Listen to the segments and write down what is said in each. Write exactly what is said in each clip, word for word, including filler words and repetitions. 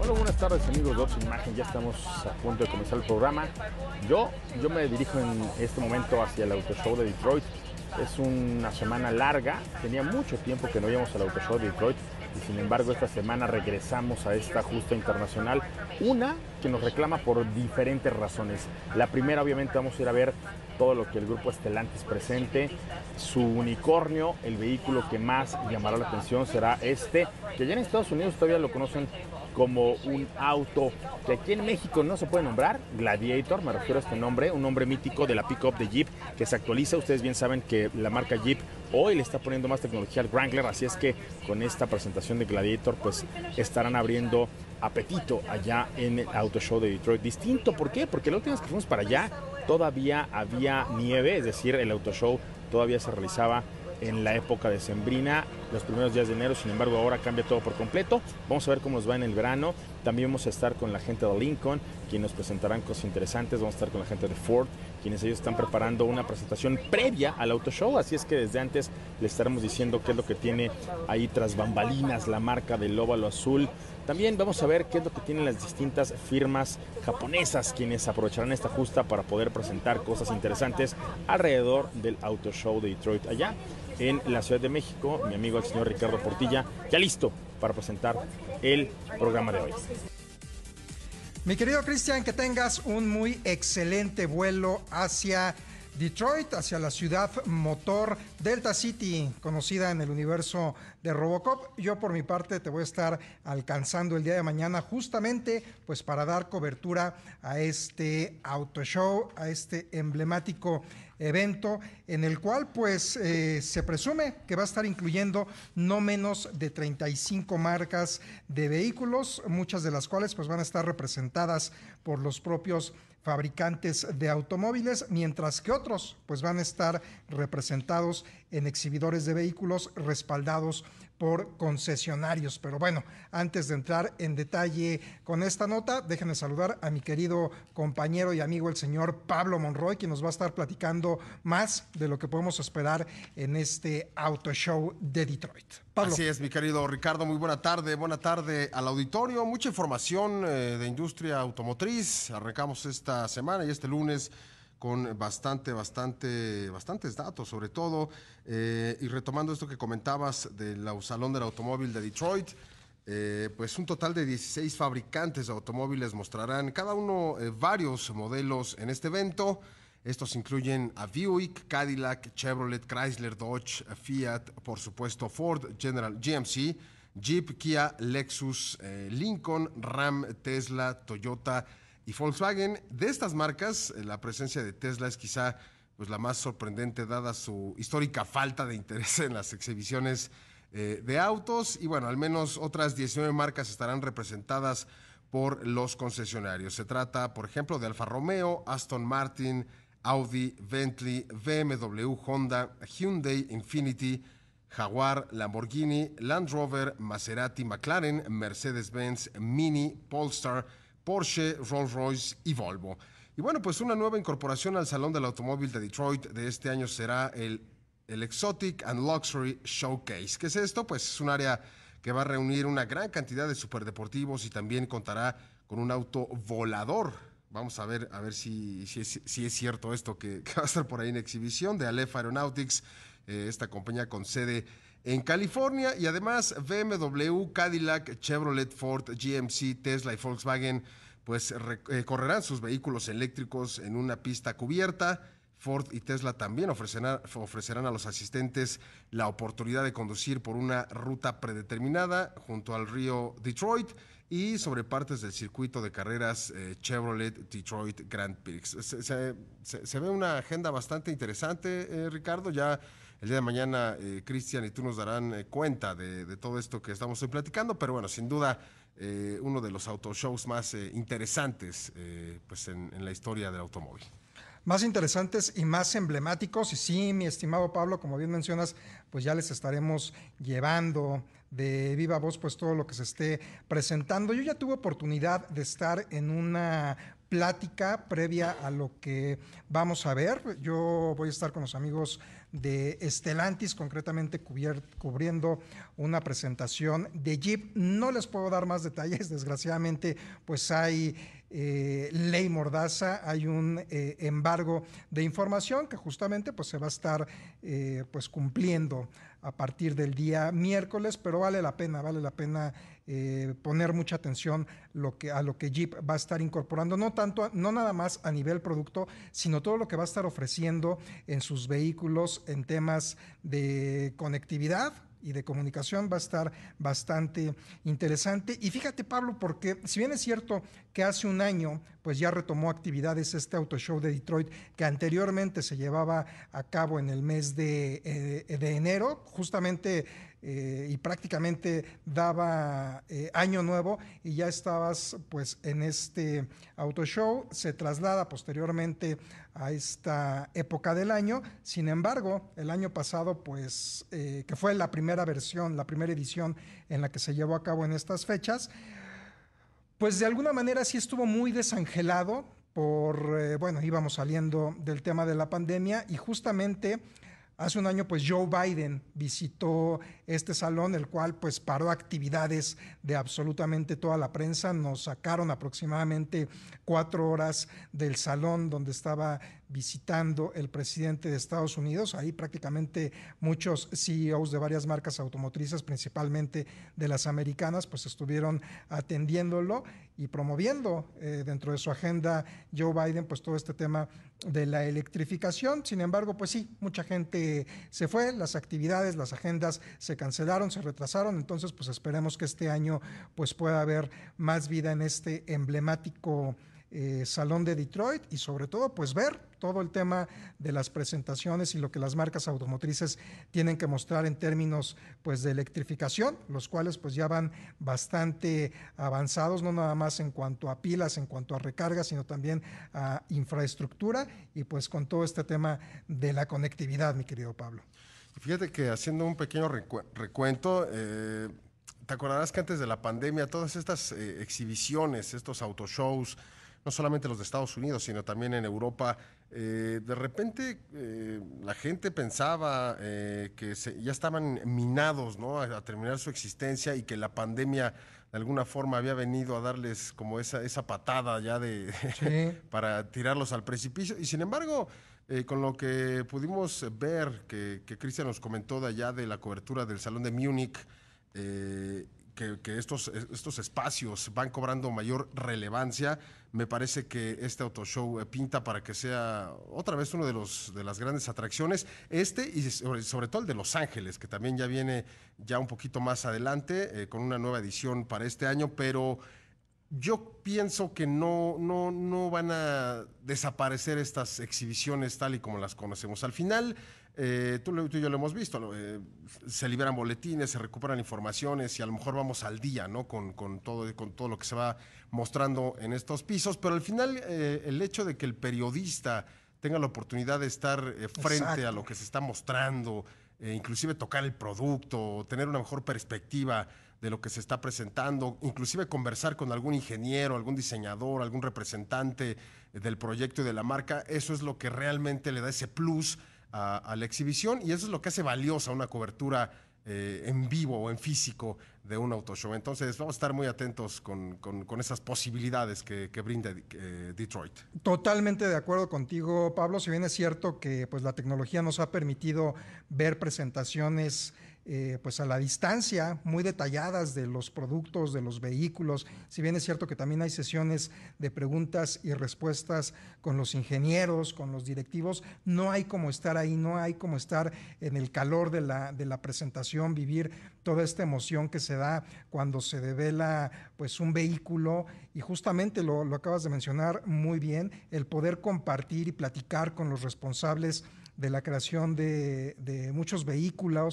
Hola, buenas tardes amigos de Ocho Imagen, ya estamos a punto de comenzar el programa. Yo, yo me dirijo en este momento hacia el Auto Show de Detroit. Es una semana larga, tenía mucho tiempo que no íbamos al Auto Show de Detroit y sin embargo esta semana regresamos a esta justa internacional. Una que nos reclama por diferentes razones. La primera, obviamente, vamos a ir a ver todo lo que el grupo Stellantis presente. Su unicornio, el vehículo que más llamará la atención será este, que ya en Estados Unidos todavía lo conocen como un auto que aquí en México no se puede nombrar, Gladiator, me refiero a este nombre, un nombre mítico de la pick-up de Jeep que se actualiza. Ustedes bien saben que la marca Jeep hoy le está poniendo más tecnología al Wrangler, así es que con esta presentación de Gladiator pues estarán abriendo apetito allá en el Auto Show de Detroit. Distinto, ¿por qué? Porque la última vez que fuimos para allá todavía había nieve, es decir, el Auto Show todavía se realizaba en la época decembrina, los primeros días de enero. Sin embargo, ahora cambia todo por completo. Vamos a ver cómo nos va en el verano. También vamos a estar con la gente de Lincoln, quienes nos presentarán cosas interesantes. Vamos a estar con la gente de Ford, quienes ellos están preparando una presentación previa al Auto Show, así es que desde antes les estaremos diciendo qué es lo que tiene ahí tras bambalinas la marca del óvalo azul. También vamos a ver qué es lo que tienen las distintas firmas japonesas, quienes aprovecharán esta justa para poder presentar cosas interesantes alrededor del Auto Show de Detroit, allá en la Ciudad de México. Mi amigo el señor Ricardo Portilla, ya listo para presentar el programa de hoy. Mi querido Cristian, que tengas un muy excelente vuelo hacia Detroit, hacia la ciudad motor Delta City, conocida en el universo de Robocop. Yo por mi parte te voy a estar alcanzando el día de mañana justamente pues para dar cobertura a este Auto Show, a este emblemático evento en el cual pues eh, se presume que va a estar incluyendo no menos de treinta y cinco marcas de vehículos, muchas de las cuales pues van a estar representadas por los propios fabricantes de automóviles, mientras que otros pues van a estar representados en exhibidores de vehículos respaldados por concesionarios. Pero bueno, antes de entrar en detalle con esta nota, déjenme saludar a mi querido compañero y amigo el señor Pablo Monroy, quien nos va a estar platicando más de lo que podemos esperar en este Auto Show de Detroit. Pablo. Así es, mi querido Ricardo, muy buena tarde, buena tarde al auditorio, mucha información eh, de industria automotriz. Arrancamos esta semana y este lunes con bastante, bastante, bastantes datos, sobre todo, eh, y retomando esto que comentabas del Salón del Automóvil de Detroit, eh, pues un total de dieciséis fabricantes de automóviles mostrarán cada uno eh, varios modelos en este evento. Estos incluyen a Buick, Cadillac, Chevrolet, Chrysler, Dodge, Fiat, por supuesto Ford, General G M C, Jeep, Kia, Lexus, eh, Lincoln, Ram, Tesla, Toyota y Volkswagen. De estas marcas, la presencia de Tesla es quizá pues, la más sorprendente dada su histórica falta de interés en las exhibiciones eh, de autos. Y bueno, al menos otras diecinueve marcas estarán representadas por los concesionarios. Se trata, por ejemplo, de Alfa Romeo, Aston Martin, Audi, Bentley, B M W, Honda, Hyundai, Infiniti, Jaguar, Lamborghini, Land Rover, Maserati, McLaren, Mercedes-Benz, Mini, Polestar, Porsche, Rolls-Royce y Volvo. Y bueno, pues una nueva incorporación al Salón del Automóvil de Detroit de este año será el, el Exotic and Luxury Showcase. ¿Qué es esto? Pues es un área que va a reunir una gran cantidad de superdeportivos y también contará con un auto volador. Vamos a ver, a ver si, si, es, si es cierto esto que, que va a estar por ahí en exhibición de Aleph Aeronautics, eh, esta compañía con sede en California. Y además B M W, Cadillac, Chevrolet, Ford, G M C, Tesla y Volkswagen pues eh, correrán sus vehículos eléctricos en una pista cubierta. Ford y Tesla también ofrecerán, ofrecerán a los asistentes la oportunidad de conducir por una ruta predeterminada junto al río Detroit y sobre partes del circuito de carreras eh, Chevrolet Detroit Grand Prix. Se, se, se, se ve una agenda bastante interesante, eh, Ricardo. Ya el día de mañana, eh, Cristian y tú nos darán eh, cuenta de, de todo esto que estamos hoy platicando, pero bueno, sin duda, eh, uno de los autoshows más eh, interesantes eh, pues en, en la historia del automóvil. Más interesantes y más emblemáticos. Y sí, mi estimado Pablo, como bien mencionas, pues ya les estaremos llevando de viva voz pues todo lo que se esté presentando. Yo ya tuve oportunidad de estar en una plática previa a lo que vamos a ver. Yo voy a estar con los amigos de Stellantis, concretamente cubier- cubriendo una presentación de Jeep. No les puedo dar más detalles, desgraciadamente, pues hay eh, ley mordaza, hay un eh, embargo de información que justamente pues se va a estar eh, pues cumpliendo a partir del día miércoles, pero vale la pena, vale la pena eh, poner mucha atención lo que, a lo que Jeep va a estar incorporando, no tanto, no nada más a nivel producto, sino todo lo que va a estar ofreciendo en sus vehículos en temas de conectividad y de comunicación. Va a estar bastante interesante. Y fíjate, Pablo, porque si bien es cierto que hace un año pues ya retomó actividades este Auto Show de Detroit, que anteriormente se llevaba a cabo en el mes de, eh, de enero, justamente eh, y prácticamente daba eh, año nuevo, y ya estabas pues en este Auto Show, se traslada posteriormente a esta época del año. Sin embargo, el año pasado, pues, eh, que fue la primera versión, la primera edición en la que se llevó a cabo en estas fechas, pues de alguna manera sí estuvo muy desangelado por, eh, bueno, íbamos saliendo del tema de la pandemia, y justamente hace un año pues Joe Biden visitó este salón, el cual pues paró actividades de absolutamente toda la prensa. Nos sacaron aproximadamente cuatro horas del salón donde estaba visitando el presidente de Estados Unidos. Ahí prácticamente muchos C E Os de varias marcas automotrices, principalmente de las americanas, pues estuvieron atendiéndolo y promoviendo eh, dentro de su agenda Joe Biden pues todo este tema de la electrificación. Sin embargo, pues sí, mucha gente se fue, las actividades, las agendas se cancelaron, se retrasaron. Entonces pues esperemos que este año pues pueda haber más vida en este emblemático Eh, Salón de Detroit, y sobre todo pues ver todo el tema de las presentaciones y lo que las marcas automotrices tienen que mostrar en términos pues de electrificación, los cuales pues ya van bastante avanzados, no nada más en cuanto a pilas, en cuanto a recarga, sino también a infraestructura, y pues con todo este tema de la conectividad, mi querido Pablo. Fíjate que haciendo un pequeño recu recuento, eh, te acordarás que antes de la pandemia todas estas eh, exhibiciones, estos autoshows, no solamente los de Estados Unidos, sino también en Europa, eh, de repente eh, la gente pensaba eh, que se, ya estaban minados, ¿no?, a, a terminar su existencia, y que la pandemia de alguna forma había venido a darles como esa, esa patada ya de sí. para tirarlos al precipicio. Y sin embargo, eh, con lo que pudimos ver, que, que Cristian nos comentó de allá de la cobertura del Salón de Múnich, eh, que, que estos, estos espacios van cobrando mayor relevancia. Me parece que este Auto Show pinta para que sea otra vez uno de, los, de las grandes atracciones. Este y sobre, sobre todo el de Los Ángeles, que también ya viene ya un poquito más adelante, eh, con una nueva edición para este año, pero yo pienso que no, no, no van a desaparecer estas exhibiciones tal y como las conocemos. Al final, eh, tú, tú y yo lo hemos visto, eh, se liberan boletines, se recuperan informaciones, y a lo mejor vamos al día, ¿no?, con, con, todo, con todo lo que se va mostrando en estos pisos, pero al final eh, el hecho de que el periodista tenga la oportunidad de estar eh, frente Exacto. a lo que se está mostrando, eh, inclusive tocar el producto, tener una mejor perspectiva de lo que se está presentando, inclusive conversar con algún ingeniero, algún diseñador, algún representante del proyecto y de la marca, eso es lo que realmente le da ese plus a, a la exhibición, y eso es lo que hace valiosa una cobertura eh, en vivo o en físico de un autoshow. Entonces vamos a estar muy atentos con, con, con esas posibilidades que, que brinda eh, Detroit. Totalmente de acuerdo contigo, Pablo. Si bien es cierto que pues, la tecnología nos ha permitido ver presentaciones Eh, pues a la distancia, muy detalladas de los productos, de los vehículos. Si bien es cierto que también hay sesiones de preguntas y respuestas con los ingenieros, con los directivos, no hay como estar ahí, no hay como estar en el calor de la, de la presentación, vivir toda esta emoción que se da cuando se devela pues un vehículo, y justamente lo, lo acabas de mencionar muy bien, el poder compartir y platicar con los responsables de la creación de, de muchos vehículos,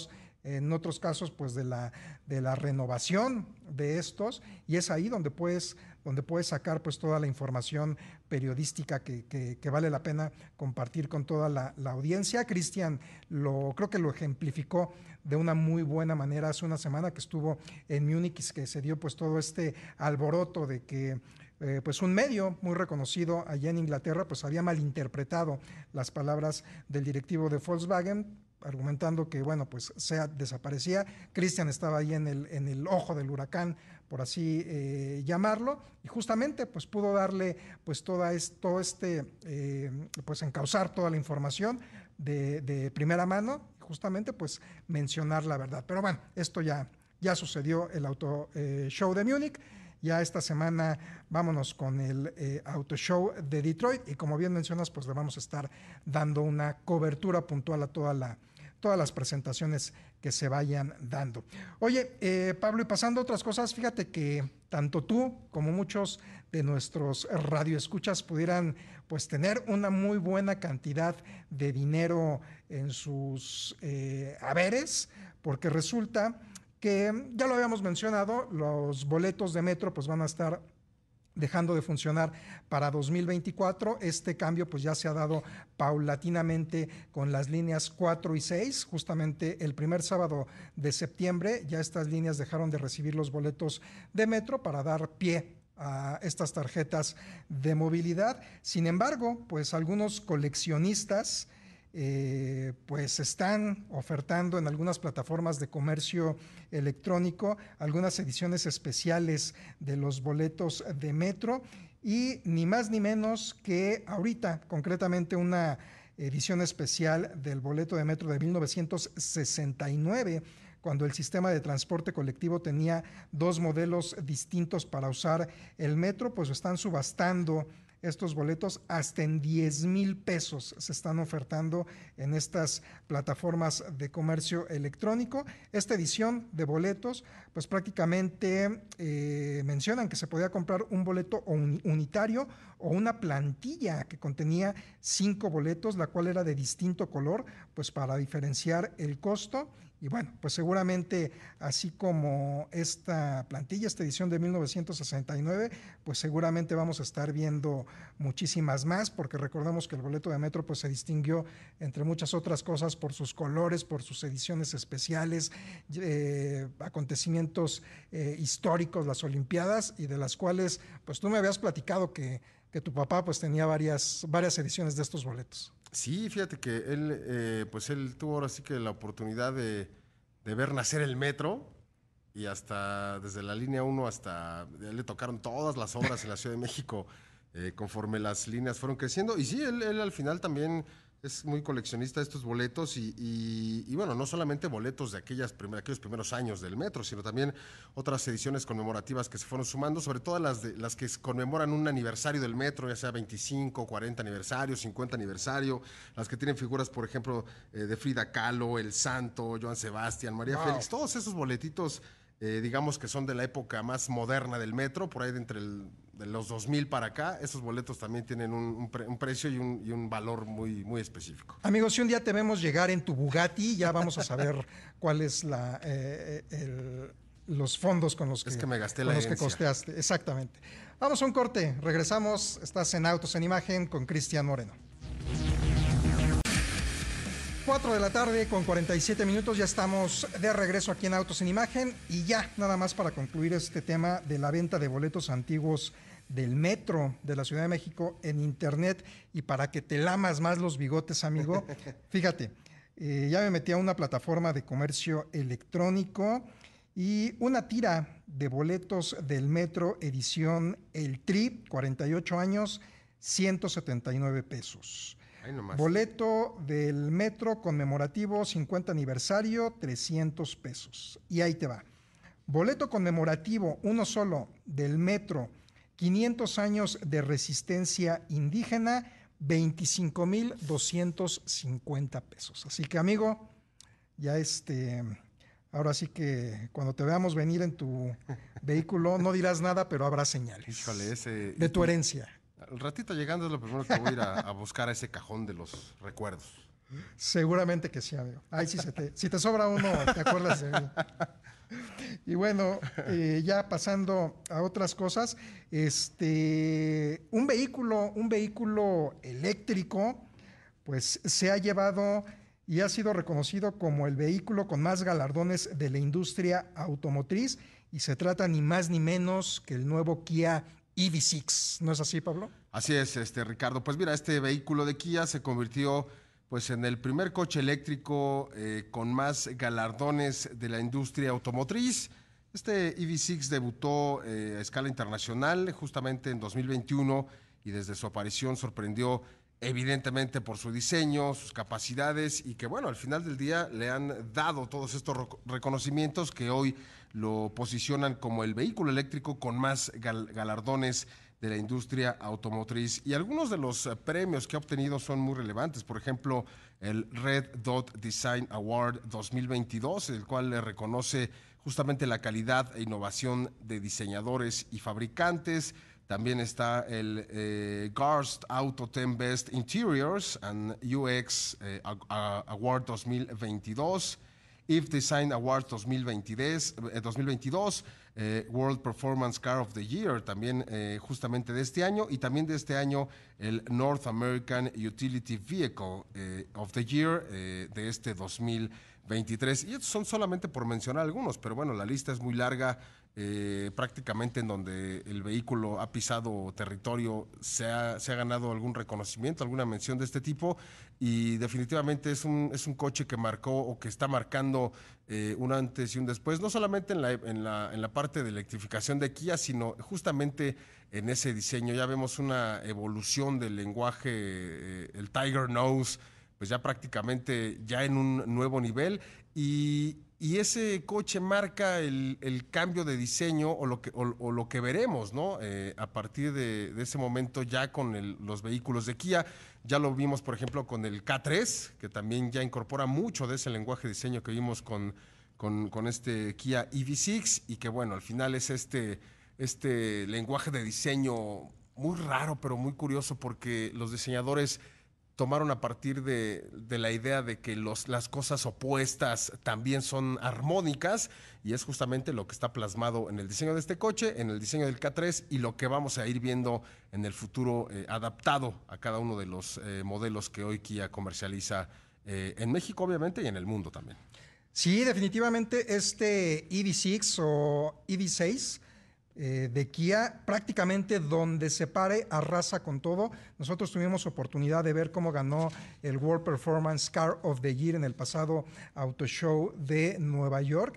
en otros casos pues de la, de la renovación de estos, y es ahí donde puedes, donde puedes sacar pues toda la información periodística que, que, que vale la pena compartir con toda la, la audiencia. Cristian lo, creo que lo ejemplificó de una muy buena manera hace una semana que estuvo en Múnich, que se dio pues todo este alboroto de que Eh, pues un medio muy reconocido allá en Inglaterra pues había malinterpretado las palabras del directivo de Volkswagen, argumentando que bueno pues SEAT desaparecía. Cristian estaba ahí en el, en el ojo del huracán, por así eh, llamarlo, y justamente pues pudo darle pues toda es, todo este eh, pues encauzar toda la información de, de primera mano, justamente pues mencionar la verdad. Pero bueno, esto ya, ya sucedió, el auto eh, show de Múnich. Ya esta semana vámonos con el eh, Auto Show de Detroit, y como bien mencionas, pues le vamos a estar dando una cobertura puntual a toda la, todas las presentaciones que se vayan dando. Oye, eh, Pablo, y pasando a otras cosas, fíjate que tanto tú como muchos de nuestros radioescuchas pudieran pues tener una muy buena cantidad de dinero en sus eh, haberes, porque resulta que ya lo habíamos mencionado, los boletos de metro pues van a estar dejando de funcionar para dos mil veinticuatro. Este cambio pues ya se ha dado paulatinamente con las líneas cuatro y seis. Justamente el primer sábado de septiembre ya estas líneas dejaron de recibir los boletos de metro para dar pie a estas tarjetas de movilidad. Sin embargo, pues algunos coleccionistas Eh, pues están ofertando en algunas plataformas de comercio electrónico algunas ediciones especiales de los boletos de metro, y ni más ni menos que ahorita, concretamente una edición especial del boleto de metro de mil novecientos sesenta y nueve, cuando el sistema de transporte colectivo tenía dos modelos distintos para usar el metro, pues están subastando estos boletos hasta en diez mil pesos, se están ofertando en estas plataformas de comercio electrónico. Esta edición de boletos, pues prácticamente eh, mencionan que se podía comprar un boleto un, unitario o una plantilla que contenía cinco boletos, la cual era de distinto color, pues para diferenciar el costo. Y bueno, pues seguramente así como esta plantilla, esta edición de mil novecientos sesenta y nueve, pues seguramente vamos a estar viendo muchísimas más, porque recordemos que el boleto de metro pues se distinguió entre muchas otras cosas por sus colores, por sus ediciones especiales, eh, acontecimientos eh, históricos, las Olimpiadas, y de las cuales pues tú me habías platicado que, que tu papá pues tenía varias, varias ediciones de estos boletos. Sí, fíjate que él, eh, pues él tuvo ahora sí que la oportunidad de, de ver nacer el metro, y hasta desde la línea uno hasta, le tocaron todas las obras en la Ciudad de México eh, conforme las líneas fueron creciendo. Y sí, él, él al final también es muy coleccionista de estos boletos, y, y, y bueno, no solamente boletos de aquellas primer, aquellos primeros años del metro, sino también otras ediciones conmemorativas que se fueron sumando, sobre todo las, de, las que conmemoran un aniversario del metro, ya sea veinticinco, cuarenta aniversario, cincuenta aniversario, las que tienen figuras, por ejemplo, eh, de Frida Kahlo, El Santo, Joan Sebastián, María wow. Félix, todos esos boletitos, eh, digamos que son de la época más moderna del metro, por ahí de entre el, de los dos mil para acá. Esos boletos también tienen un, un, pre, un precio y un, y un valor muy, muy específico. Amigos, si un día te vemos llegar en tu Bugatti, ya vamos a saber cuál es la, eh, el, los fondos con los que, es que, me gasté con la los que costeaste. Exactamente. Vamos a un corte, regresamos. Estás en Autos en Imagen con Cristian Moreno. cuatro de la tarde con cuarenta y siete minutos, ya estamos de regreso aquí en Autos en Imagen, y ya nada más para concluir este tema de la venta de boletos antiguos del metro de la Ciudad de México en internet, y para que te lamas más los bigotes, amigo, fíjate, eh, ya me metí a una plataforma de comercio electrónico, y una tira de boletos del metro edición El Tri, cuarenta y ocho años, ciento setenta y nueve pesos. Boleto del metro conmemorativo cincuenta aniversario, trescientos pesos. Y ahí te va. Boleto conmemorativo, uno solo, del metro, quinientos años de resistencia indígena, veinticinco mil doscientos cincuenta pesos. Así que, amigo, ya este, ahora sí que cuando te veamos venir en tu vehículo, no dirás nada, pero habrá señales. Híjole, ese... de tu herencia. Al ratito llegando es lo primero que voy a ir a, a buscar a ese cajón de los recuerdos. Seguramente que sí, amigo. Ay, si, se te, si te sobra uno, te acuerdas de mí. Y bueno, eh, ya pasando a otras cosas, este, un vehículo, un vehículo eléctrico, pues se ha llevado y ha sido reconocido como el vehículo con más galardones de la industria automotriz, y se trata ni más ni menos que el nuevo Kia E V seis. ¿No es así, Pablo? Así es, este, Ricardo. Pues mira, este vehículo de Kia se convirtió pues en el primer coche eléctrico eh, con más galardones de la industria automotriz. Este E V seis debutó eh, a escala internacional justamente en dos mil veintiuno, y desde su aparición sorprendió evidentemente por su diseño, sus capacidades, y que bueno, al final del día le han dado todos estos reconocimientos que hoy lo posicionan como el vehículo eléctrico con más gal galardones de la industria automotriz. Y algunos de los uh, premios que ha obtenido son muy relevantes. Por ejemplo, el Red Dot Design Award dos mil veintidós, el cual le reconoce justamente la calidad e innovación de diseñadores y fabricantes. También está el eh, Garst Auto diez Best Interiors and U X eh, Award dos mil veintidós, I F Design Award dos mil veintidós, eh, dos mil veintidós, eh, World Performance Car of the Year, también eh, justamente de este año, y también de este año el North American Utility Vehicle eh, of the Year eh, de este dos mil veintitrés. Y estos son solamente por mencionar algunos, pero bueno, la lista es muy larga. Eh, prácticamente en donde el vehículo ha pisado territorio se ha, se ha ganado algún reconocimiento, alguna mención de este tipo, y definitivamente es un, es un coche que marcó o que está marcando eh, un antes y un después, no solamente en la, en, la, en la parte de electrificación de Kia, sino justamente en ese diseño. Ya vemos una evolución del lenguaje, eh, el Tiger Nose, pues ya prácticamente ya en un nuevo nivel, y Y ese coche marca el, el cambio de diseño o lo que, o, o lo que veremos, ¿no? Eh, a partir de, de ese momento ya con el, los vehículos de Kia. Ya lo vimos, por ejemplo, con el K tres, que también ya incorpora mucho de ese lenguaje de diseño que vimos con, con, con este Kia E V seis, y que bueno, al final es este, este lenguaje de diseño muy raro, pero muy curioso, porque los diseñadores tomaron a partir de, de la idea de que los, las cosas opuestas también son armónicas, y es justamente lo que está plasmado en el diseño de este coche, en el diseño del K tres, y lo que vamos a ir viendo en el futuro eh, adaptado a cada uno de los eh, modelos que hoy Kia comercializa eh, en México, obviamente, y en el mundo también. Sí, definitivamente este E V seis o E V seis Eh, de Kia, prácticamente donde se pare arrasa con todo. Nosotros tuvimos oportunidad de ver cómo ganó el World Performance Car of the Year en el pasado Auto Show de Nueva York,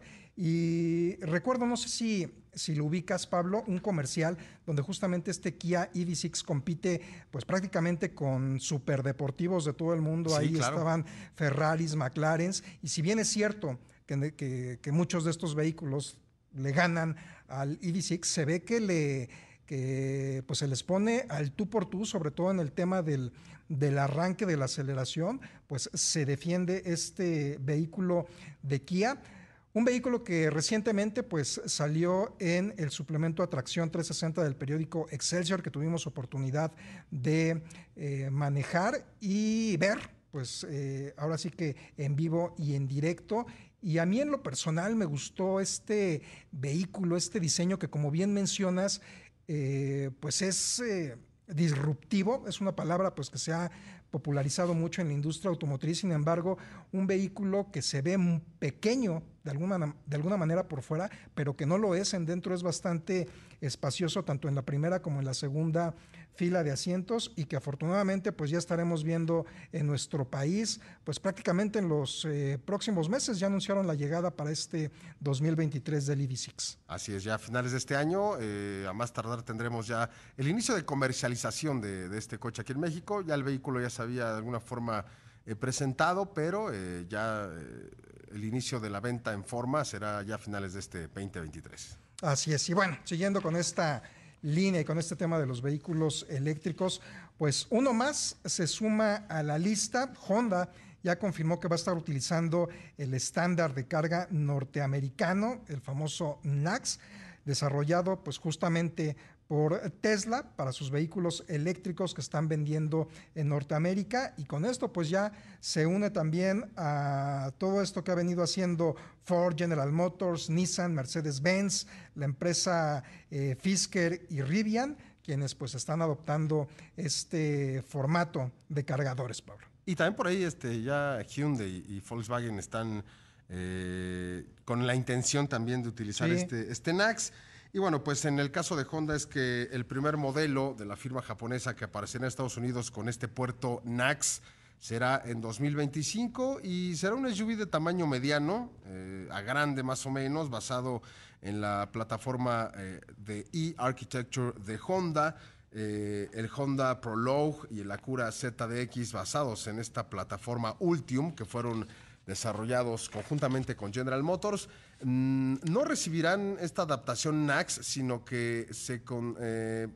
y recuerdo, no sé si, si lo ubicas, Pablo, un comercial donde justamente este Kia E V seis compite pues prácticamente con superdeportivos de todo el mundo. Sí, ahí claro. Estaban Ferraris, McLarens, y si bien es cierto que, que, que muchos de estos vehículos le ganan al E V seis, se ve que le que pues se les pone al tú por tú, sobre todo en el tema del, del arranque, de la aceleración. Pues se defiende este vehículo de Kia, un vehículo que recientemente pues salió en el suplemento a tracción trescientos sesenta del periódico Excelsior, que tuvimos oportunidad de eh, manejar y ver, pues eh, ahora sí que en vivo y en directo. Y a mí en lo personal me gustó este vehículo, este diseño que, como bien mencionas, eh, pues es eh, disruptivo. Es una palabra pues que se ha popularizado mucho en la industria automotriz. Sin embargo, un vehículo que se ve pequeño de alguna, de alguna manera por fuera, pero que no lo es en dentro. Es bastante espacioso tanto en la primera como en la segunda fila de asientos, y que afortunadamente pues ya estaremos viendo en nuestro país pues prácticamente en los eh, próximos meses. Ya anunciaron la llegada para este dos mil veintitrés del E V seis. Así es, ya a finales de este año, eh, a más tardar tendremos ya el inicio de comercialización de, de este coche aquí en México. Ya el vehículo ya se había de alguna forma eh, presentado, pero eh, ya eh, el inicio de la venta en forma será ya a finales de este veinte veintitrés. Así es, y bueno, siguiendo con esta línea y con este tema de los vehículos eléctricos, pues uno más se suma a la lista. Honda ya confirmó que va a estar utilizando el estándar de carga norteamericano, el famoso N A C S. desarrollado pues justamente por Tesla para sus vehículos eléctricos que están vendiendo en Norteamérica, y con esto pues ya se une también a todo esto que ha venido haciendo Ford, General Motors, Nissan, Mercedes-Benz, la empresa eh, Fisker y Rivian, quienes pues están adoptando este formato de cargadores, Pablo. Y también por ahí este, ya Hyundai y Volkswagen están eh, con la intención también de utilizar sí. este, este NACS. Y bueno, pues en el caso de Honda es que el primer modelo de la firma japonesa que aparecerá en Estados Unidos con este puerto NACS será en dos mil veinticinco y será un S U V de tamaño mediano, eh, a grande más o menos, basado en la plataforma eh, de e-Architecture de Honda, eh, el Honda Prologue y el Acura Z D X basados en esta plataforma Ultium, que fueron desarrollados conjuntamente con General Motors. Mm, no recibirán esta adaptación NACS, sino que se con, eh,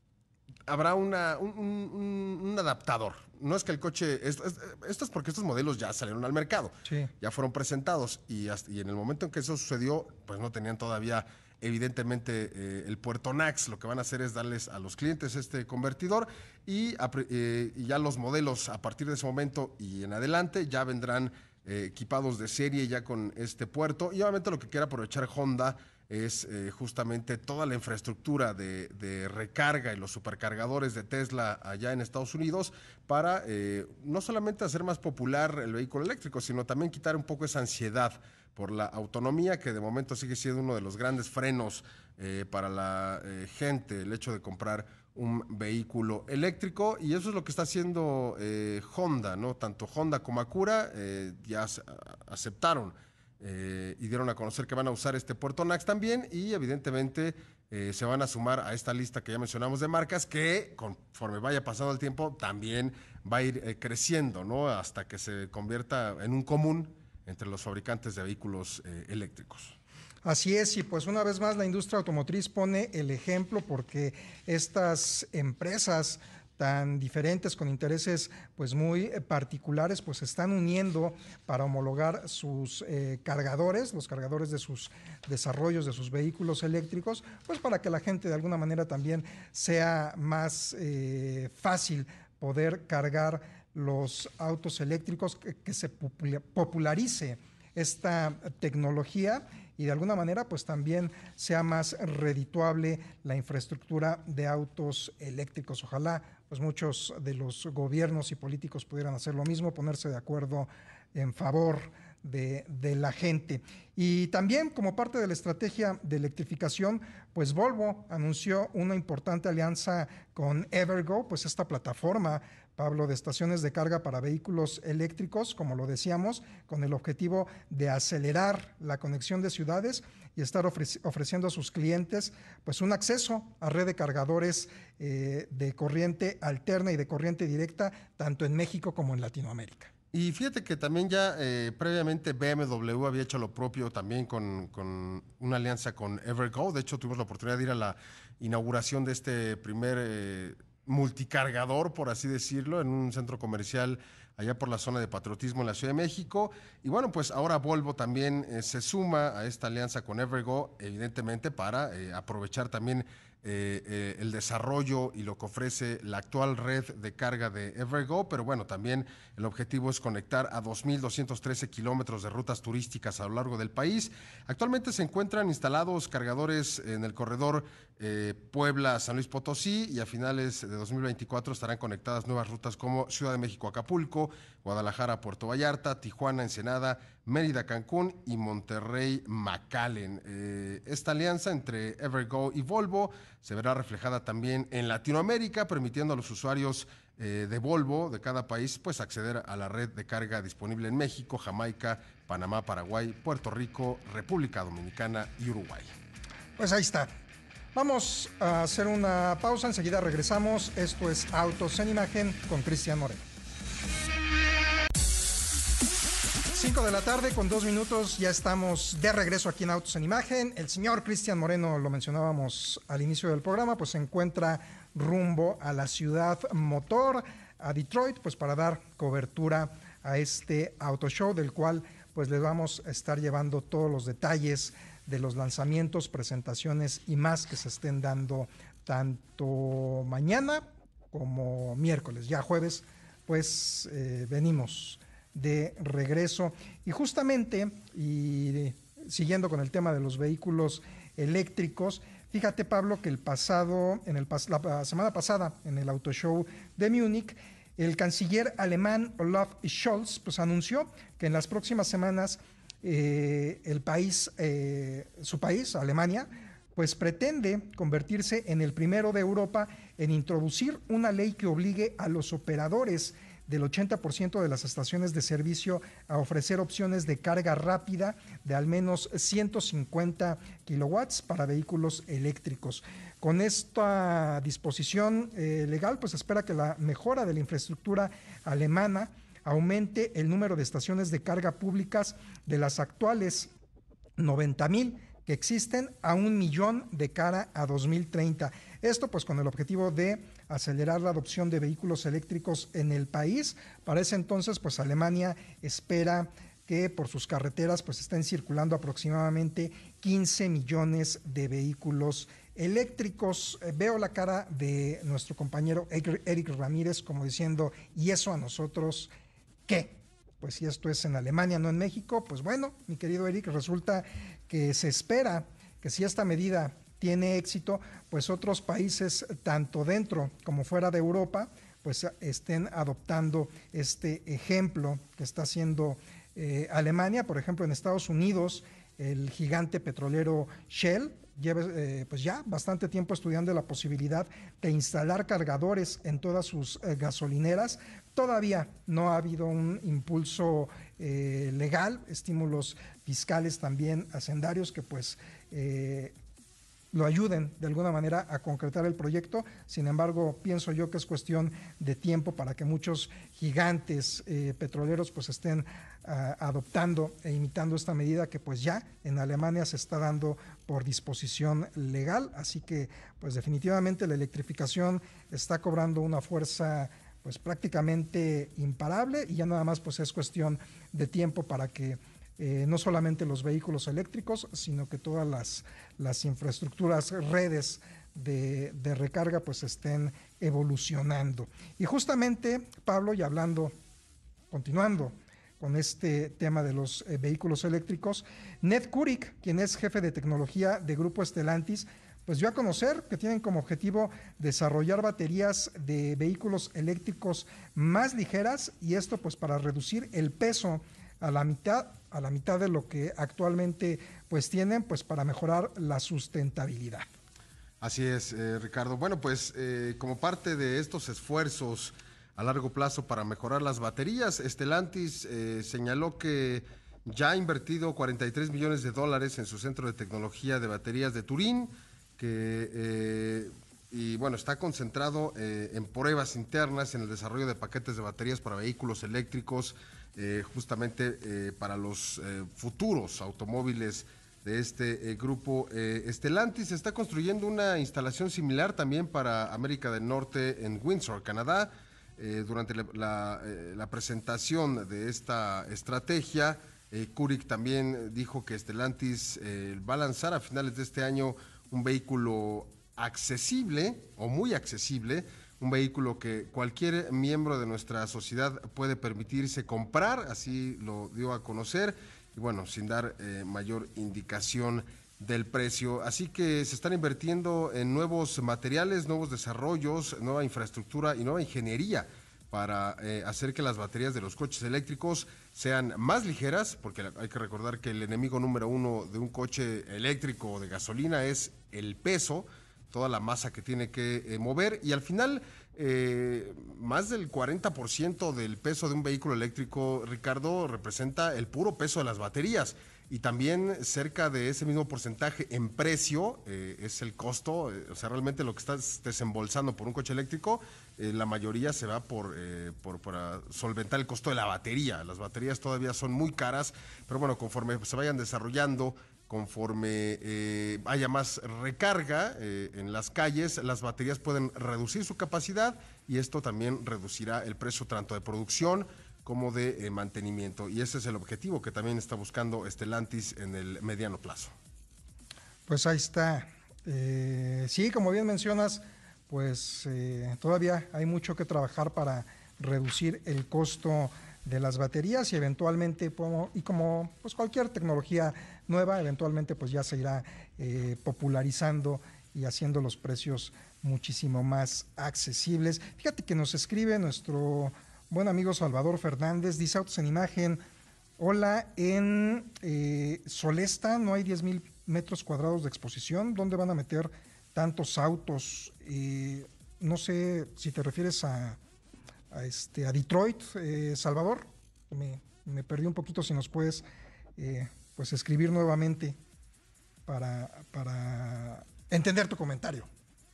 habrá una, un, un, un adaptador. No es que el coche... Es, es, esto es porque estos modelos ya salieron al mercado, sí. ya fueron presentados y, hasta, y en el momento en que eso sucedió, pues no tenían todavía evidentemente eh, el puerto NACS. Lo que van a hacer es darles a los clientes este convertidor y, eh, y ya los modelos a partir de ese momento y en adelante ya vendrán Eh, equipados de serie ya con este puerto. Y obviamente lo que quiere aprovechar Honda es eh, justamente toda la infraestructura de, de recarga y los supercargadores de Tesla allá en Estados Unidos para eh, no solamente hacer más popular el vehículo eléctrico, sino también quitar un poco esa ansiedad por la autonomía, que de momento sigue siendo uno de los grandes frenos eh, para la eh, gente, el hecho de comprar un vehículo eléctrico, y eso es lo que está haciendo eh, Honda, ¿no? Tanto Honda como Acura eh, ya aceptaron eh, y dieron a conocer que van a usar este puerto NACS también, y evidentemente eh, se van a sumar a esta lista que ya mencionamos de marcas que conforme vaya pasando el tiempo también va a ir eh, creciendo, ¿no? Hasta que se convierta en un común entre los fabricantes de vehículos eh, eléctricos. Así es, y pues una vez más la industria automotriz pone el ejemplo, porque estas empresas tan diferentes, con intereses pues muy particulares, pues se están uniendo para homologar sus eh, cargadores, los cargadores de sus desarrollos de sus vehículos eléctricos, pues para que la gente de alguna manera también sea más eh, fácil poder cargar los autos eléctricos, que, que se popularice esta tecnología y de alguna manera pues también sea más redituable la infraestructura de autos eléctricos. Ojalá pues muchos de los gobiernos y políticos pudieran hacer lo mismo, ponerse de acuerdo en favor de, de la gente. Y también como parte de la estrategia de electrificación, pues Volvo anunció una importante alianza con Evergo, pues esta plataforma, Pablo, de estaciones de carga para vehículos eléctricos, como lo decíamos, con el objetivo de acelerar la conexión de ciudades y estar ofreci- ofreciendo a sus clientes pues un acceso a red de cargadores eh, de corriente alterna y de corriente directa, tanto en México como en Latinoamérica. Y fíjate que también ya eh, previamente B M W había hecho lo propio también con, con una alianza con Evergo. De hecho, tuvimos la oportunidad de ir a la inauguración de este primer eh, multicargador, por así decirlo, en un centro comercial allá por la zona de Patriotismo en la Ciudad de México. Y bueno, pues ahora Volvo también eh, se suma a esta alianza con Evergo, evidentemente para eh, aprovechar también Eh, eh, el desarrollo y lo que ofrece la actual red de carga de Evergo, pero bueno, también el objetivo es conectar a dos mil doscientos trece kilómetros de rutas turísticas a lo largo del país. Actualmente se encuentran instalados cargadores en el corredor eh, Puebla-San Luis Potosí, y a finales de dos mil veinticuatro estarán conectadas nuevas rutas como Ciudad de México-Acapulco, Guadalajara-Puerto Vallarta, Tijuana-Ensenada, Mérida-Cancún y Monterrey-McAllen. Eh, esta alianza entre Evergo y Volvo se verá reflejada también en Latinoamérica, permitiendo a los usuarios eh, de Volvo de cada país pues acceder a la red de carga disponible en México, Jamaica, Panamá, Paraguay, Puerto Rico, República Dominicana y Uruguay. Pues ahí está. Vamos a hacer una pausa, enseguida regresamos. Esto es Autos en Imagen con Cristian Moreno. cinco de la tarde con dos minutos, ya estamos de regreso aquí en Autos en Imagen. El señor Cristian Moreno, lo mencionábamos al inicio del programa, pues se encuentra rumbo a la ciudad motor, a Detroit, pues para dar cobertura a este auto show, del cual pues les vamos a estar llevando todos los detalles de los lanzamientos, presentaciones y más que se estén dando tanto mañana como miércoles. Ya jueves, pues eh, venimos de regreso. Y justamente, y siguiendo con el tema de los vehículos eléctricos, fíjate, Pablo, que el pasado, en el pas la semana pasada, en el Auto Show de Múnich, el canciller alemán Olaf Scholz pues anunció que en las próximas semanas eh, el país, eh, su país, Alemania, pues pretende convertirse en el primero de Europa en introducir una ley que obligue a los operadores del ochenta por ciento de las estaciones de servicio a ofrecer opciones de carga rápida de al menos ciento cincuenta kilowatts para vehículos eléctricos. Con esta disposición eh, legal, pues espera que la mejora de la infraestructura alemana aumente el número de estaciones de carga públicas de las actuales noventa mil que existen a un millón de cara a dos mil treinta. Esto pues con el objetivo de acelerar la adopción de vehículos eléctricos en el país. Para ese entonces pues Alemania espera que por sus carreteras pues estén circulando aproximadamente quince millones de vehículos eléctricos. Eh, veo la cara de nuestro compañero Eric Ramírez como diciendo, ¿y eso a nosotros qué? Pues si esto es en Alemania, no en México, pues bueno, mi querido Eric, resulta que se espera que si esta medida tiene éxito, pues otros países, tanto dentro como fuera de Europa, pues estén adoptando este ejemplo que está haciendo eh, Alemania. Por ejemplo, en Estados Unidos, el gigante petrolero Shell lleva eh, pues ya bastante tiempo estudiando la posibilidad de instalar cargadores en todas sus eh, gasolineras. Todavía no ha habido un impulso eh, legal, estímulos fiscales también hacendarios que pues eh, lo ayuden de alguna manera a concretar el proyecto. Sin embargo, pienso yo que es cuestión de tiempo para que muchos gigantes eh, petroleros pues estén uh, adoptando e imitando esta medida que pues ya en Alemania se está dando por disposición legal. Así que pues definitivamente la electrificación está cobrando una fuerza pues prácticamente imparable y ya nada más pues es cuestión de tiempo para que Eh, no solamente los vehículos eléctricos, sino que todas las, las infraestructuras, redes de, de recarga, pues estén evolucionando. Y justamente, Pablo, y hablando, continuando con este tema de los eh, vehículos eléctricos, Ned Kurik, quien es jefe de tecnología de Grupo Stellantis, pues dio a conocer que tienen como objetivo desarrollar baterías de vehículos eléctricos más ligeras, y esto pues para reducir el peso a la mitad, a la mitad de lo que actualmente pues tienen, pues para mejorar la sustentabilidad. Así es, eh, Ricardo. Bueno, pues eh, como parte de estos esfuerzos a largo plazo para mejorar las baterías, Stellantis eh, señaló que ya ha invertido cuarenta y tres millones de dólares en su centro de tecnología de baterías de Turín, que eh, y bueno, está concentrado eh, en pruebas internas en el desarrollo de paquetes de baterías para vehículos eléctricos, Eh, justamente eh, para los eh, futuros automóviles de este eh, grupo. Eh, Stellantis está construyendo una instalación similar también para América del Norte en Windsor, Canadá. Eh, durante la, la, eh, la presentación de esta estrategia, eh, Kurik también dijo que Stellantis eh, va a lanzar a finales de este año un vehículo accesible o muy accesible, un vehículo que cualquier miembro de nuestra sociedad puede permitirse comprar, así lo dio a conocer, y bueno, sin dar eh, mayor indicación del precio. Así que se están invirtiendo en nuevos materiales, nuevos desarrollos, nueva infraestructura y nueva ingeniería para eh, hacer que las baterías de los coches eléctricos sean más ligeras, porque hay que recordar que el enemigo número uno de un coche eléctrico o de gasolina es el peso, toda la masa que tiene que eh, mover, y al final eh, más del cuarenta por ciento del peso de un vehículo eléctrico, Ricardo, representa el puro peso de las baterías, y también cerca de ese mismo porcentaje en precio eh, es el costo, eh, o sea, realmente lo que estás desembolsando por un coche eléctrico, eh, la mayoría se va por, eh, por para solventar el costo de la batería. Las baterías todavía son muy caras, pero bueno, conforme se vayan desarrollando, conforme eh, haya más recarga eh, en las calles, las baterías pueden reducir su capacidad, y esto también reducirá el precio tanto de producción como de eh, mantenimiento, y ese es el objetivo que también está buscando Stellantis en el mediano plazo. Pues ahí está. Eh, sí, como bien mencionas, pues eh, todavía hay mucho que trabajar para reducir el costo de las baterías y eventualmente, como, y como pues cualquier tecnología nueva, eventualmente pues ya se irá eh, popularizando y haciendo los precios muchísimo más accesibles. Fíjate que nos escribe nuestro buen amigo Salvador Fernández, dice Autos en Imagen: hola, en eh, Solesta no hay diez mil metros cuadrados de exposición. ¿Dónde van a meter tantos autos? Eh, no sé si te refieres a, a, este, a Detroit, eh, Salvador. Me, me perdí un poquito, si nos puedes eh, pues escribir nuevamente para, para entender tu comentario.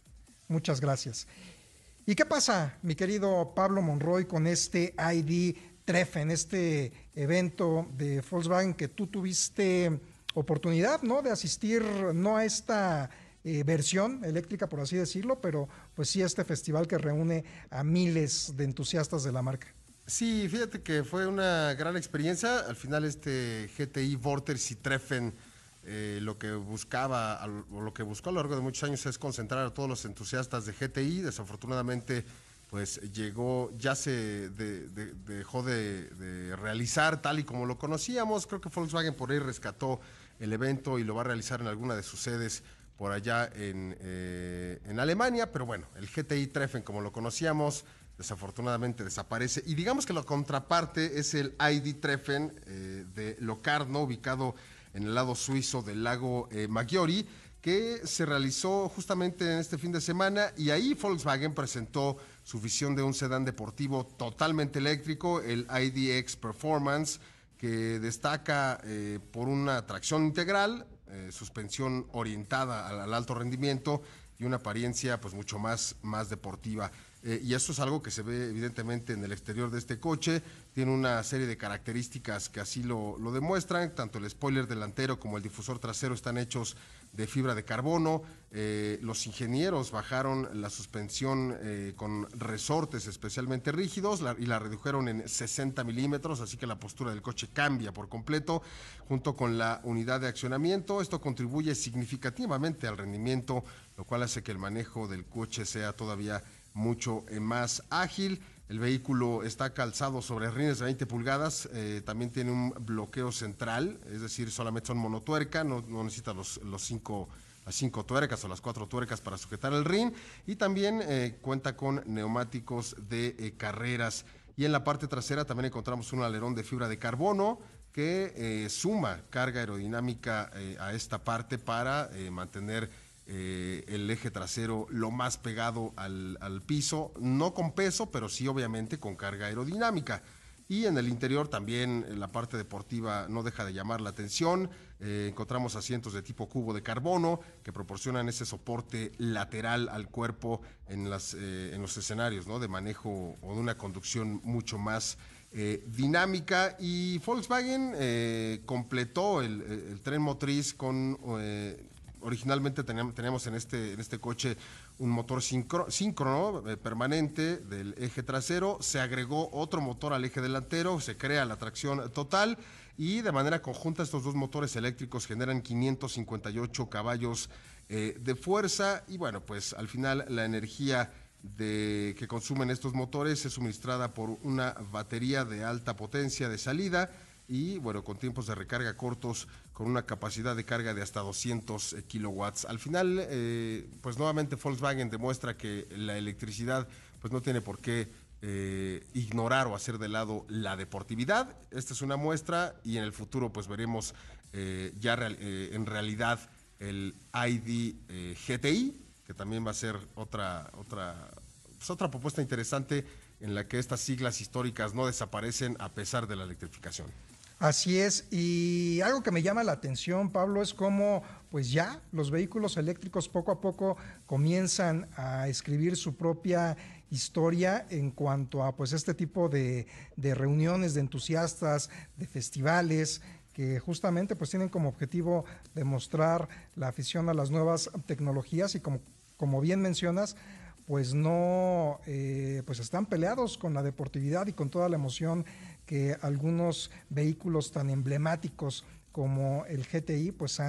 Muchas gracias. ¿Y qué pasa, mi querido Pablo Monroy, con este I D Treffen, este evento de Volkswagen que tú tuviste oportunidad, ¿no?, de asistir, no a esta eh, versión eléctrica, por así decirlo, pero pues sí a este festival que reúne a miles de entusiastas de la marca? Sí, fíjate que fue una gran experiencia. Al final este G T I Vortex y Treffen eh, lo que buscaba, o lo que buscó a lo largo de muchos años es concentrar a todos los entusiastas de G T I. Desafortunadamente, pues llegó, ya se de, de, dejó de, de realizar tal y como lo conocíamos. Creo que Volkswagen por ahí rescató el evento y lo va a realizar en alguna de sus sedes por allá en, eh, en Alemania, pero bueno, el G T I Treffen como lo conocíamos desafortunadamente desaparece, y digamos que la contraparte es el I D Treffen eh, de Locarno, ubicado en el lado suizo del lago eh, Maggiore, que se realizó justamente en este fin de semana, y ahí Volkswagen presentó su visión de un sedán deportivo totalmente eléctrico, el I D X Performance, que destaca eh, por una tracción integral, eh, suspensión orientada al, al alto rendimiento y una apariencia pues mucho más, más deportiva. Eh, y eso es algo que se ve evidentemente en el exterior de este coche. Tiene una serie de características que así lo, lo demuestran. Tanto el spoiler delantero como el difusor trasero están hechos de fibra de carbono. Eh, los ingenieros bajaron la suspensión eh, con resortes especialmente rígidos la, y la redujeron en sesenta milímetros, así que la postura del coche cambia por completo, junto con la unidad de accionamiento. Esto contribuye significativamente al rendimiento, lo cual hace que el manejo del coche sea todavía mucho eh, más ágil. El vehículo está calzado sobre rines de veinte pulgadas, eh, también tiene un bloqueo central, es decir, solamente son monotuerca, no, no necesita los, los cinco, las cinco tuercas o las cuatro tuercas para sujetar el rin, y también eh, cuenta con neumáticos de eh, carreras. Y en la parte trasera también encontramos un alerón de fibra de carbono que eh, suma carga aerodinámica eh, a esta parte para eh, mantener Eh, el eje trasero lo más pegado al, al piso, no con peso, pero sí obviamente con carga aerodinámica. Y en el interior también la parte deportiva no deja de llamar la atención. Eh, encontramos asientos de tipo cubo de carbono que proporcionan ese soporte lateral al cuerpo en, las, eh, en los escenarios, ¿no?, de manejo o de una conducción mucho más eh, dinámica. Y Volkswagen eh, completó el, el tren motriz con... Eh, Originalmente teníamos, teníamos en, este, en este coche un motor síncrono, síncrono eh, permanente del eje trasero, se agregó otro motor al eje delantero, se crea la tracción total, y de manera conjunta estos dos motores eléctricos generan quinientos cincuenta y ocho caballos eh, de fuerza. Y bueno, pues al final la energía de, que consumen estos motores es suministrada por una batería de alta potencia de salida, y bueno, con tiempos de recarga cortos, con una capacidad de carga de hasta doscientos kilowatts. Al final, eh, pues nuevamente Volkswagen demuestra que la electricidad pues no tiene por qué eh, ignorar o hacer de lado la deportividad. Esta es una muestra, y en el futuro pues veremos eh, ya real, eh, en realidad el I D eh, G T I, que también va a ser otra, otra, pues otra propuesta interesante en la que estas siglas históricas no desaparecen a pesar de la electrificación. Así es, y algo que me llama la atención, Pablo, es cómo pues ya los vehículos eléctricos poco a poco comienzan a escribir su propia historia en cuanto a pues este tipo de, de reuniones de entusiastas, de festivales, que justamente pues tienen como objetivo demostrar la afición a las nuevas tecnologías, y como, como bien mencionas, pues no, eh, pues están peleados con la deportividad y con toda la emoción que algunos vehículos tan emblemáticos como el G T I pues han,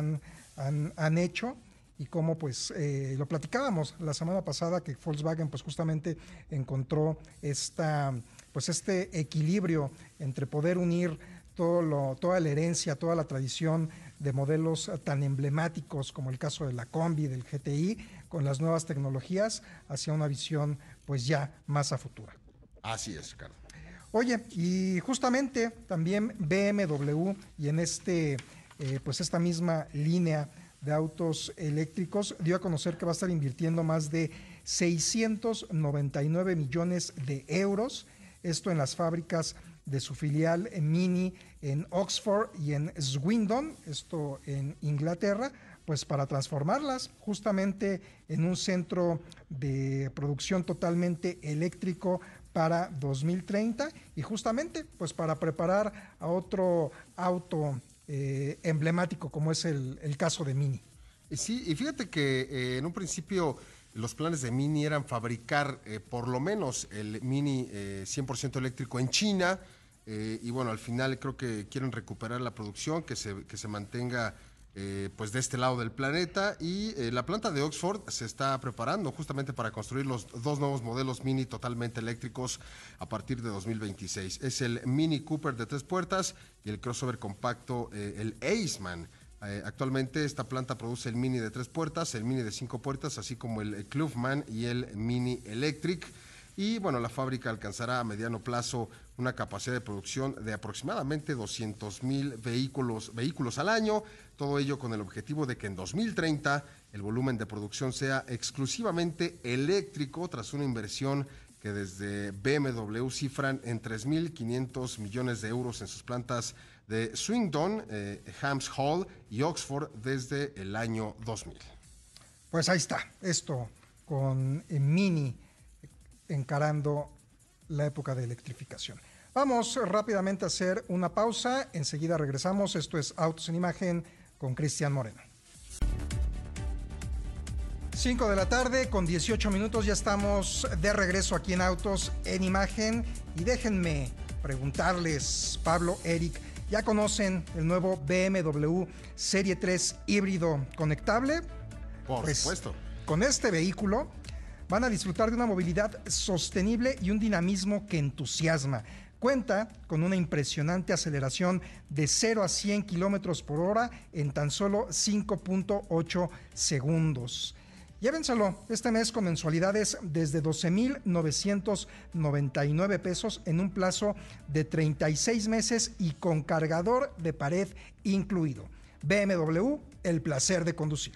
han, han hecho y cómo pues eh, lo platicábamos la semana pasada que Volkswagen pues justamente encontró esta, pues este equilibrio entre poder unir todo lo, toda la herencia, toda la tradición de modelos tan emblemáticos como el caso de la Combi, del G T I, con las nuevas tecnologías hacia una visión pues ya más a futuro. Así es, Ricardo. Oye, y justamente también B M W y en este, eh, pues esta misma línea de autos eléctricos dio a conocer que va a estar invirtiendo más de seiscientos noventa y nueve millones de euros, esto en las fábricas de su filial Mini en Oxford y en Swindon, esto en Inglaterra, pues para transformarlas justamente en un centro de producción totalmente eléctrico para dos mil treinta y justamente pues para preparar a otro auto eh, emblemático como es el, el caso de Mini. Sí, y fíjate que eh, en un principio los planes de Mini eran fabricar eh, por lo menos el Mini eh, cien por ciento eléctrico en China, eh, y bueno, al final creo que quieren recuperar la producción, que se, que se mantenga eh, pues de este lado del planeta, y eh, la planta de Oxford se está preparando justamente para construir los dos nuevos modelos Mini totalmente eléctricos a partir de dos mil veintiséis. Es el Mini Cooper de tres puertas y el crossover compacto, eh, el Aceman. Eh, actualmente esta planta produce el Mini de tres puertas, el Mini de cinco puertas, así como el Clubman y el Mini Electric. Y bueno, la fábrica alcanzará a mediano plazo una capacidad de producción de aproximadamente doscientos mil vehículos, vehículos al año, todo ello con el objetivo de que en dos mil treinta el volumen de producción sea exclusivamente eléctrico, tras una inversión que desde B M W cifran en tres mil quinientos millones de euros en sus plantas de Swindon, eh, Hams Hall y Oxford desde el año dos mil. Pues ahí está, esto con eh, Mini encarando la época de electrificación. Vamos rápidamente a hacer una pausa, enseguida regresamos. Esto es Autos en Imagen con Cristian Moreno. cinco de la tarde con dieciocho minutos, ya estamos de regreso aquí en Autos en Imagen y déjenme preguntarles, Pablo, Eric, ¿ya conocen el nuevo B M W Serie tres híbrido conectable? Por pues, supuesto. Con este vehículo van a disfrutar de una movilidad sostenible y un dinamismo que entusiasma. Cuenta con una impresionante aceleración de cero a cien kilómetros por hora en tan solo cinco punto ocho segundos. Llévenselo este mes con mensualidades desde doce mil novecientos noventa y nueve pesos en un plazo de treinta y seis meses y con cargador de pared incluido. B M W, el placer de conducir.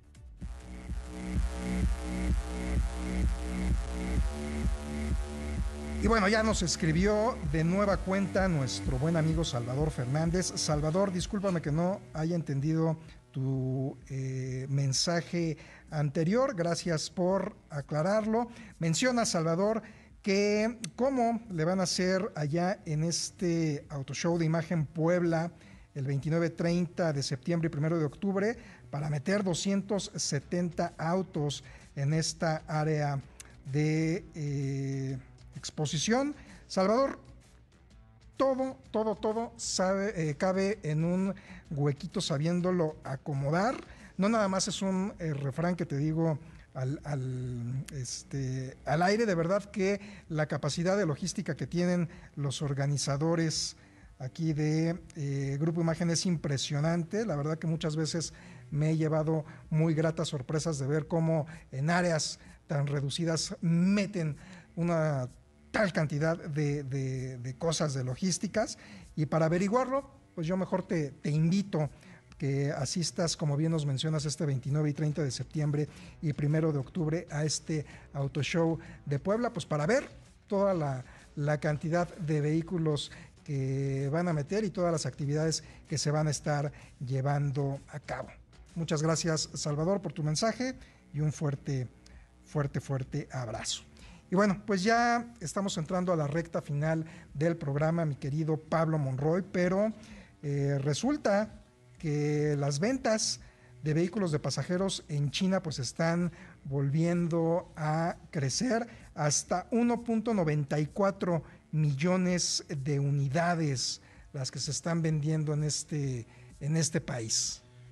Y bueno, ya nos escribió de nueva cuenta nuestro buen amigo Salvador Fernández. Salvador, discúlpame que no haya entendido tu eh, mensaje anterior. Gracias por aclararlo. Menciona, Salvador, que cómo le van a hacer allá en este Auto Show de Imagen Puebla el veintinueve, treinta de septiembre y primero de octubre para meter doscientos setenta autos en esta área de eh, exposición. Salvador, todo, todo, todo sabe, eh, cabe en un huequito sabiéndolo acomodar. No nada más es un eh, refrán que te digo al, al, este, al aire. De verdad que la capacidad de logística que tienen los organizadores aquí de eh, Grupo Imagen es impresionante. La verdad que muchas veces me he llevado muy gratas sorpresas de ver cómo en áreas tan reducidas meten una tal cantidad de, de, de cosas, de logísticas, y para averiguarlo, pues yo mejor te, te invito que asistas, como bien nos mencionas, este veintinueve y treinta de septiembre y primero de octubre a este Auto Show de Puebla, pues para ver toda la, la cantidad de vehículos que van a meter y todas las actividades que se van a estar llevando a cabo. Muchas gracias, Salvador, por tu mensaje y un fuerte, fuerte, fuerte abrazo. Y bueno, pues ya estamos entrando a la recta final del programa, mi querido Pablo Monroy, pero eh, resulta que las ventas de vehículos de pasajeros en China pues están volviendo a crecer hasta uno punto noventa y cuatro millones de unidades las que se están vendiendo en este, en este país.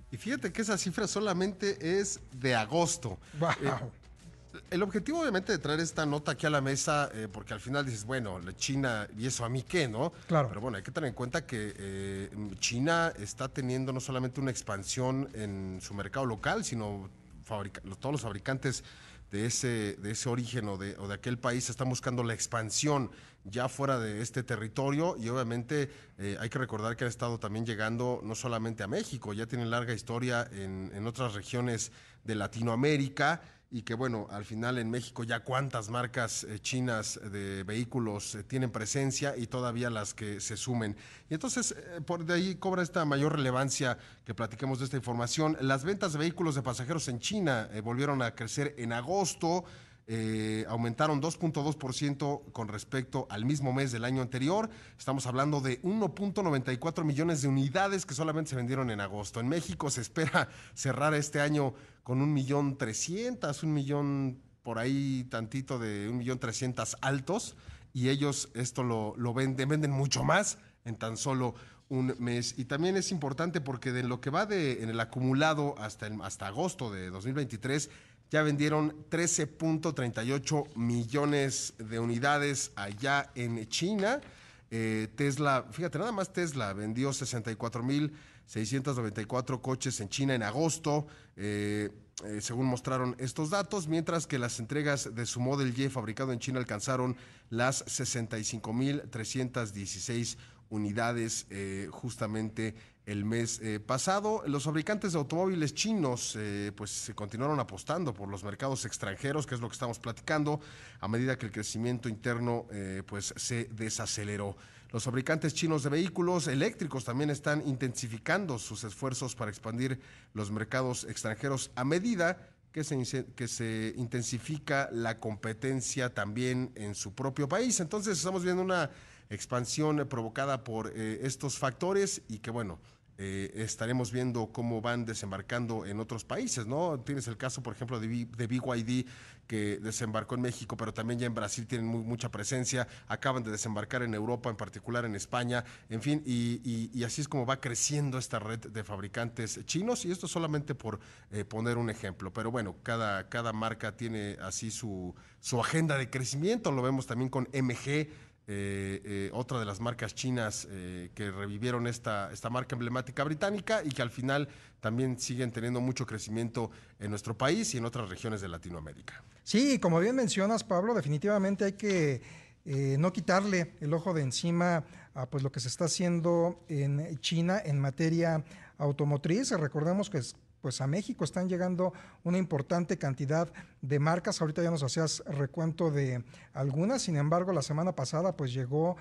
Y fíjate que esa cifra solamente es de agosto. Wow. Eh, el objetivo obviamente de traer esta nota aquí a la mesa, eh, porque al final dices, bueno, China, ¿y eso a mí qué, no? Claro. Pero bueno, hay que tener en cuenta que eh, China está teniendo no solamente una expansión en su mercado local, sino fabrica- todos los fabricantes de ese, de ese origen o de, o de aquel país están buscando la expansión ya fuera de este territorio, y obviamente eh, hay que recordar que han estado también llegando no solamente a México, ya tienen larga historia en, en otras regiones de Latinoamérica, y que bueno, al final en México ya cuántas marcas eh, chinas de vehículos eh, tienen presencia, y todavía las que se sumen. Y entonces eh, por de ahí cobra esta mayor relevancia que platiquemos de esta información. Las ventas de vehículos de pasajeros en China eh, volvieron a crecer en agosto. Eh, aumentaron dos punto dos por ciento con respecto al mismo mes del año anterior. Estamos hablando de uno punto noventa y cuatro millones de unidades que solamente se vendieron en agosto. En México se espera cerrar este año con un millón trescientos, un millón por ahí tantito de un millón trescientos altos, y ellos esto lo, lo venden, venden mucho más en tan solo un mes. Y también es importante porque de lo que va de en el acumulado hasta, el, hasta agosto de dos mil veintitrés, ya vendieron trece punto treinta y ocho millones de unidades allá en China. Eh, Tesla, fíjate, nada más Tesla vendió sesenta y cuatro mil seiscientos noventa y cuatro coches en China en agosto, eh, eh, según mostraron estos datos, mientras que las entregas de su Model Y fabricado en China alcanzaron las sesenta y cinco mil trescientos dieciséis unidades eh, justamente el mes eh, pasado. Los fabricantes de automóviles chinos eh, pues se continuaron apostando por los mercados extranjeros, que es lo que estamos platicando, a medida que el crecimiento interno eh, pues se desaceleró. Los fabricantes chinos de vehículos eléctricos también están intensificando sus esfuerzos para expandir los mercados extranjeros a medida que se, que se intensifica la competencia también en su propio país. Entonces estamos viendo una expansión provocada por eh, estos factores, y que bueno, eh, estaremos viendo cómo van desembarcando en otros países, ¿no? Tienes el caso, por ejemplo, de, B, de B Y D, que desembarcó en México, pero también ya en Brasil tienen muy, mucha presencia, acaban de desembarcar en Europa, en particular en España, en fin, y, y, y así es como va creciendo esta red de fabricantes chinos, y esto solamente por eh, poner un ejemplo. Pero bueno, cada, cada marca tiene así su, su agenda de crecimiento. Lo vemos también con M G, Eh, eh, otra de las marcas chinas eh, que revivieron esta, esta marca emblemática británica, y que al final también siguen teniendo mucho crecimiento en nuestro país y en otras regiones de Latinoamérica. Sí, como bien mencionas, Pablo, definitivamente hay que eh, no quitarle el ojo de encima a pues, lo que se está haciendo en China en materia automotriz. Recordemos que es pues a México están llegando una importante cantidad de marcas. Ahorita ya nos hacías recuento de algunas, sin embargo, la semana pasada pues llegó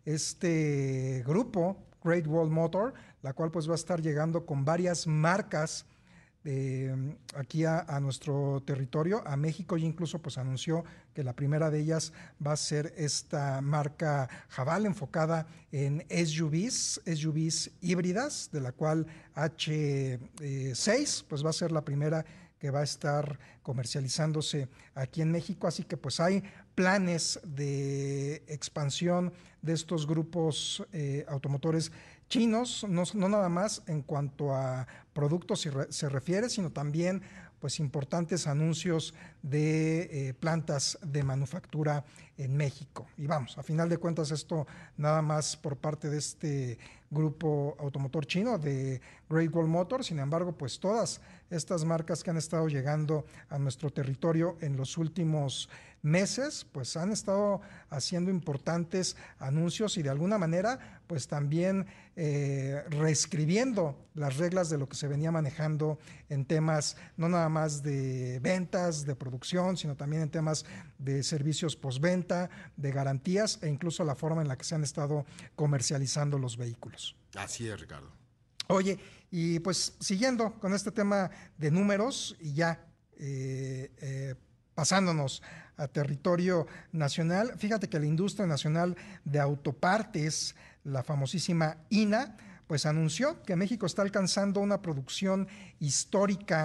este grupo, Great Wall Motor, la cual pues va a estar llegando con varias marcas eh, aquí a, a nuestro territorio, a México, y incluso pues anunció que la primera de ellas va a ser esta marca Haval, enfocada en S U Vs, S U Vs híbridas, de la cual H seis pues va a ser la primera que va a estar comercializándose aquí en México. Así que pues hay planes de expansión de estos grupos eh, automotores chinos, no, no nada más en cuanto a productos se, re, se refiere, sino también pues importantes anuncios de eh, plantas de manufactura en México. Y vamos, a final de cuentas esto nada más por parte de este grupo automotor chino de Great Wall Motor. Sin embargo, pues todas estas marcas que han estado llegando a nuestro territorio en los últimos meses, pues han estado haciendo importantes anuncios, y de alguna manera pues también eh, reescribiendo las reglas de lo que se venía manejando en temas no nada más de ventas, de producción, sino también en temas de servicios postventa, de garantías, e incluso la forma en la que se han estado comercializando los vehículos. Así es, Ricardo. Oye, y pues siguiendo con este tema de números, y ya eh, eh, pasándonos a territorio nacional, fíjate que la industria nacional de autopartes, la famosísima I N A, pues anunció que México está alcanzando una producción histórica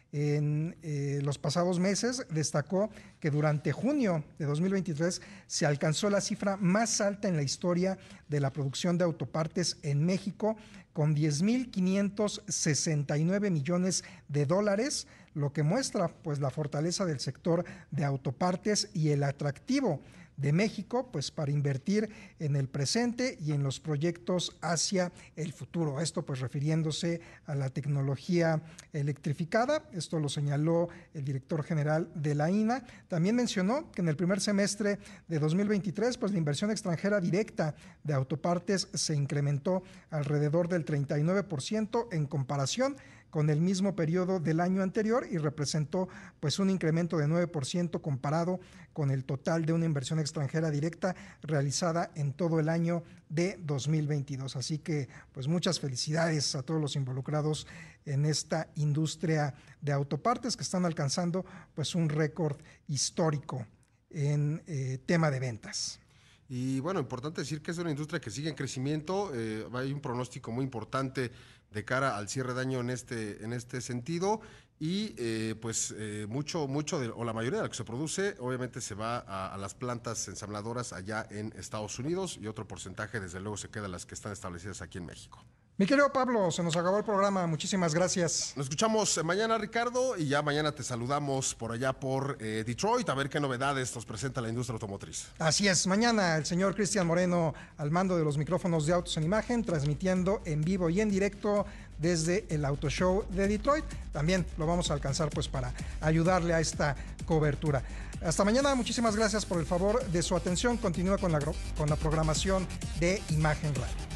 En eh, los pasados meses destacó que durante junio de dos mil veintitrés se alcanzó la cifra más alta en la historia de la producción de autopartes en México, con diez mil quinientos sesenta y nueve millones de dólares, lo que muestra pues la fortaleza del sector de autopartes y el atractivo de México pues para invertir en el presente y en los proyectos hacia el futuro. Esto pues refiriéndose a la tecnología electrificada. Esto lo señaló el director general de la I N A. También mencionó que en el primer semestre de dos mil veintitrés pues la inversión extranjera directa de autopartes se incrementó alrededor del treinta y nueve por ciento en comparación con el mismo periodo del año anterior y representó pues un incremento de nueve por ciento comparado con el total de una inversión extranjera directa realizada en todo el año de dos mil veintidós. Así que pues muchas felicidades a todos los involucrados en esta industria de autopartes que están alcanzando pues un récord histórico en eh, tema de ventas. Y bueno, importante decir que es una industria que sigue en crecimiento, eh, hay un pronóstico muy importante de cara al cierre de año en este, en este sentido y eh, pues eh, mucho, mucho de, o la mayoría de lo que se produce obviamente se va a, a las plantas ensambladoras allá en Estados Unidos y otro porcentaje desde luego se queda a las que están establecidas aquí en México. Mi querido Pablo, se nos acabó el programa. Muchísimas gracias. Nos escuchamos mañana, Ricardo, y ya mañana te saludamos por allá por eh, Detroit, a ver qué novedades nos presenta la industria automotriz. Así es, mañana el señor Cristian Moreno al mando de los micrófonos de Autos en Imagen, transmitiendo en vivo y en directo desde el Auto Show de Detroit. También lo vamos a alcanzar pues para ayudarle a esta cobertura. Hasta mañana, muchísimas gracias por el favor de su atención. Continúa con la, con la programación de Imagen Radio.